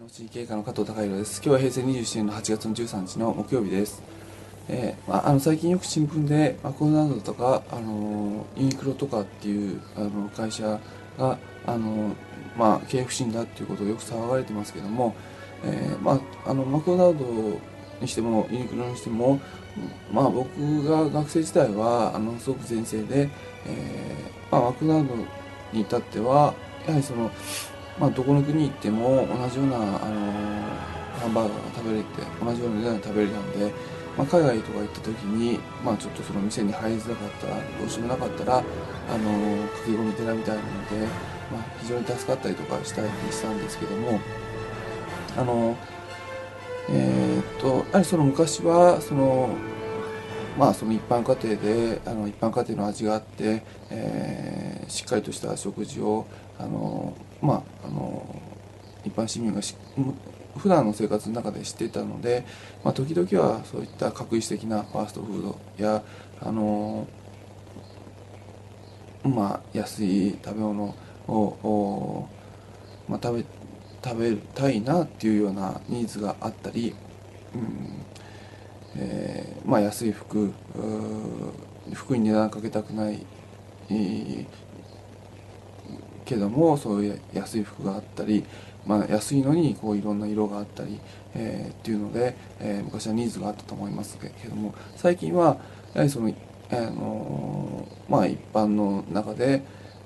脳経科の加藤孝弘です。今日は平成27年の8月の13日の木曜日です。最近よく新聞でマクドナルドとか、ユニクロとかっていう会社が、経営不振だっていうことをよく騒がれてますけども、マクドナルドにしてもユニクロにしても、僕が学生時代はすごく全盛で、マクドナルドに至ってはやはりどこの国に行っても同じような、ハンバーガーが食べれて同じような値段で食べれたんで、海外とか行った時に、ちょっとその店に入りづらかったらどうしようもなかったら駆け込み寺みたいなので、非常に助かったりとかしたんですけども、やはりその昔はその一般家庭で一般家庭の味があって、しっかりとした食事を一般市民が普段の生活の中で知っていたので、時々はそういった画一的なファーストフードや安い食べ物を、食べたいなっていうようなニーズがあったり、安い服に値段かけたくない、けどもそういう安い服があったり、安いのにこういろんな色があったり、っていうので、昔はニーズがあったと思いますけども、最近はやはり一般の中で、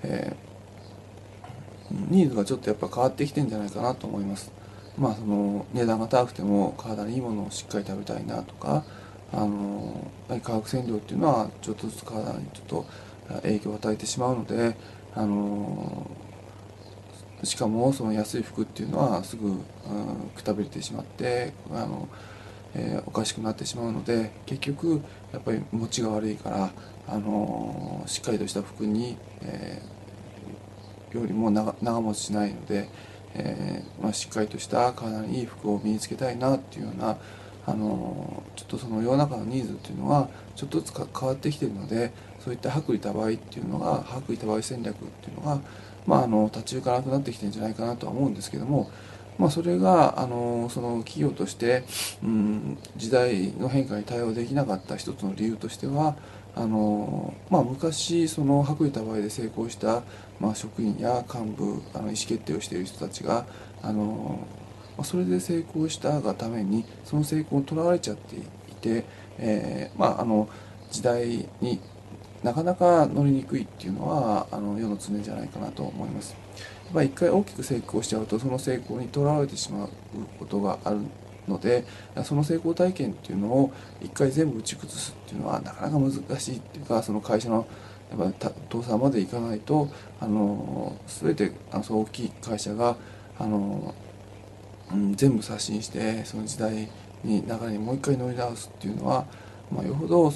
ニーズがちょっとやっぱ変わってきてるんじゃないかなと思います。その値段が高くても体にいいものをしっかり食べたいなとか、化学染料っていうのはちょっとずつ体にちょっと影響を与えてしまうので、しかもその安い服っていうのはすぐ、くたびれてしまっておかしくなってしまうので、結局やっぱり持ちが悪いから、しっかりとした服に、よりも長持ちしないので、しっかりとした体にいい服を身につけたいなっていうような、ちょっとその世の中のニーズっていうのはちょっとずつ変わってきているので、そういった薄利多売っていうのが薄利多売戦略っていうのが、立ち行かなくなってきてるんじゃないかなとは思うんですけども、それがその企業として、時代の変化に対応できなかった一つの理由としては、昔その薄利多売で成功した、職員や幹部意思決定をしている人たちがそれで成功したがためにその成功をとらわれちゃっていて、時代になかなか乗りにくいっていうのは世の常じゃないかなと思います。やっぱり一回大きく成功しちゃうとその成功にとらわれてしまうことがあるので、その成功体験っていうのを一回全部打ち崩すっていうのはなかなか難しいっていうか、その会社のやっぱり倒産までいかないと全てそう大きい会社が全部刷新してその時代に流れにもう一回乗り直すっていうのは、よほど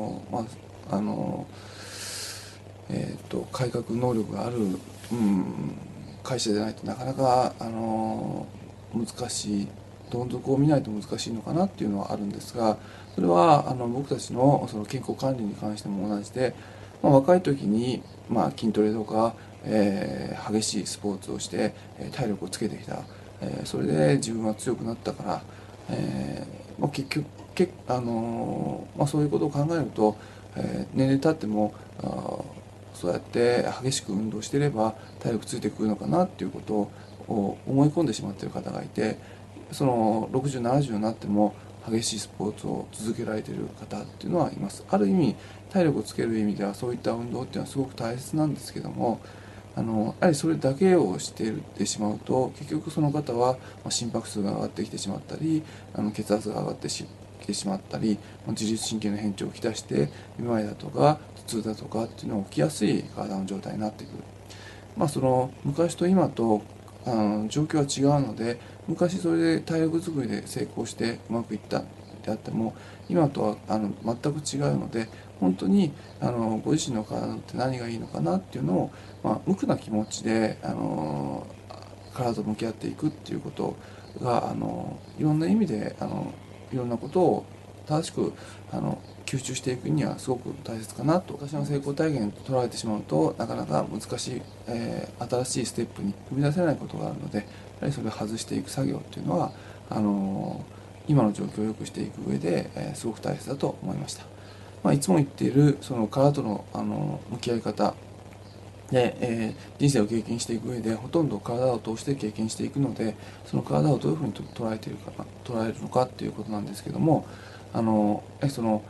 改革能力がある、会社でないとなかなか、難しい、どん底を見ないと難しいのかなっていうのはあるんですが、それは僕たちのその健康管理に関しても同じで、若い時に、筋トレとか、激しいスポーツをして体力をつけてきた、それで自分は強くなったから、結局そういうことを考えると、年齢経ってもそうやって激しく運動していれば体力ついてくるのかなっていうことを思い込んでしまっている方がいて、その60、70になっても激しいスポーツを続けられている方っていうのはいます。ある意味体力をつける意味ではそういった運動っていうのはすごく大切なんですけども、やはりそれだけをしていってしまうと結局その方は心拍数が上がってきてしまったり血圧が上がってきてしまったり自律神経の変調をきたしてめまいだとか頭痛だとかっていうのが起きやすい体の状態になってくる。その昔と今と状況は違うので、昔それで体力作りで成功してうまくいったであっても今とは全く違うので、本当にご自身の体って何がいいのかなっていうのを、無垢な気持ちで体と向き合っていくっていうことがいろんな意味でいろんなことを正しく吸収していくにはすごく大切かなと。私の成功体験と取られてしまうとなかなか難しい、新しいステップに踏み出せないことがあるので、やはりそれを外していく作業っていうのは今の状況を良くしていく上で、すごく大切だと思いました。いつも言っているその体との向き合い方で、人生を経験していく上でほとんど体を通して経験していくので、その体をどういうふうに捉えているか捉えるのかっていうことなんですけども、その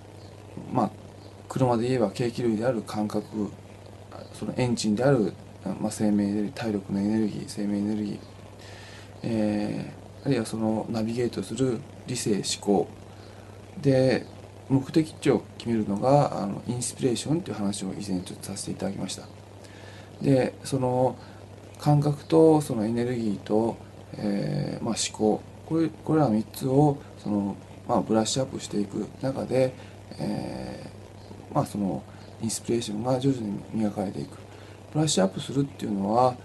車で言えば軽機類である感覚、そのエンジンである、生命エネルギー、体力のエネルギー、生命エネルギー、あるいはそのナビゲートする理性思考で、目的地を決めるのがインスピレーションという話を以前ちょっとさせていただきました。でその感覚とそのエネルギーと、思考、これら3つをブラッシュアップしていく中で、そのインスピレーションが徐々に磨かれていく。ブラッシュアップするっていうのは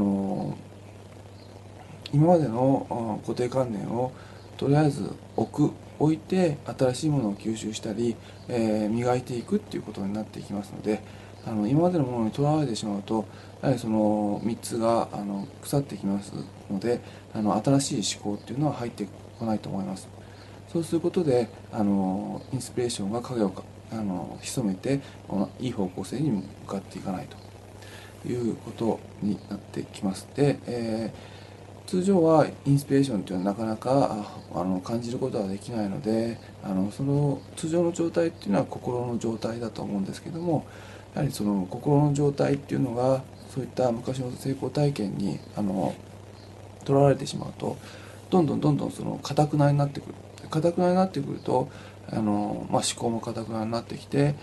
今までの固定観念をとりあえず置いて新しいものを吸収したり、磨いていくっていうことになっていきますので、今までのものにとらわれてしまうとやはりその3つが腐ってきますので、新しい思考っていうのは入ってこないと思います。そうすることでインスピレーションが影を潜めていい方向性に向かっていかないということになってきます。で、通常はインスピレーションというのはなかなか感じることはできないので、その通常の状態っていうのは心の状態だと思うんですけども、やはりその心の状態っていうのがそういった昔の成功体験にとらわれてしまうと、どんどんその堅くなになってくる。堅くなになってくると思考も堅くなになってきて、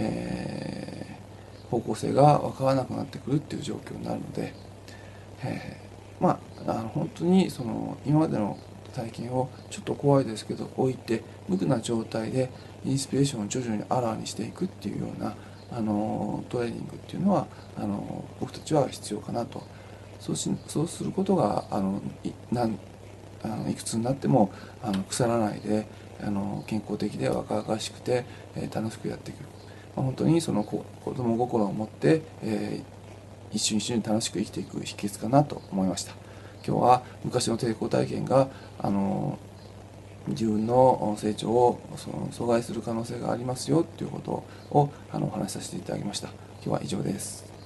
方向性が分からなくなってくるっていう状況になるので、本当にその今までの体験をちょっと怖いですけど置いて、無垢な状態でインスピレーションを徐々にあらわにしていくっていうようなトレーニングっていうのは僕たちは必要かなと。そうすることがいくつになっても腐らないで健康的で若々しくて、楽しくやっていく、本当にその子供心を持って、一緒に楽しく生きていく秘訣かなと思いました。今日は昔の抵抗体験が自分の成長を阻害する可能性がありますよということをお話しさせていただきました。今日は以上です。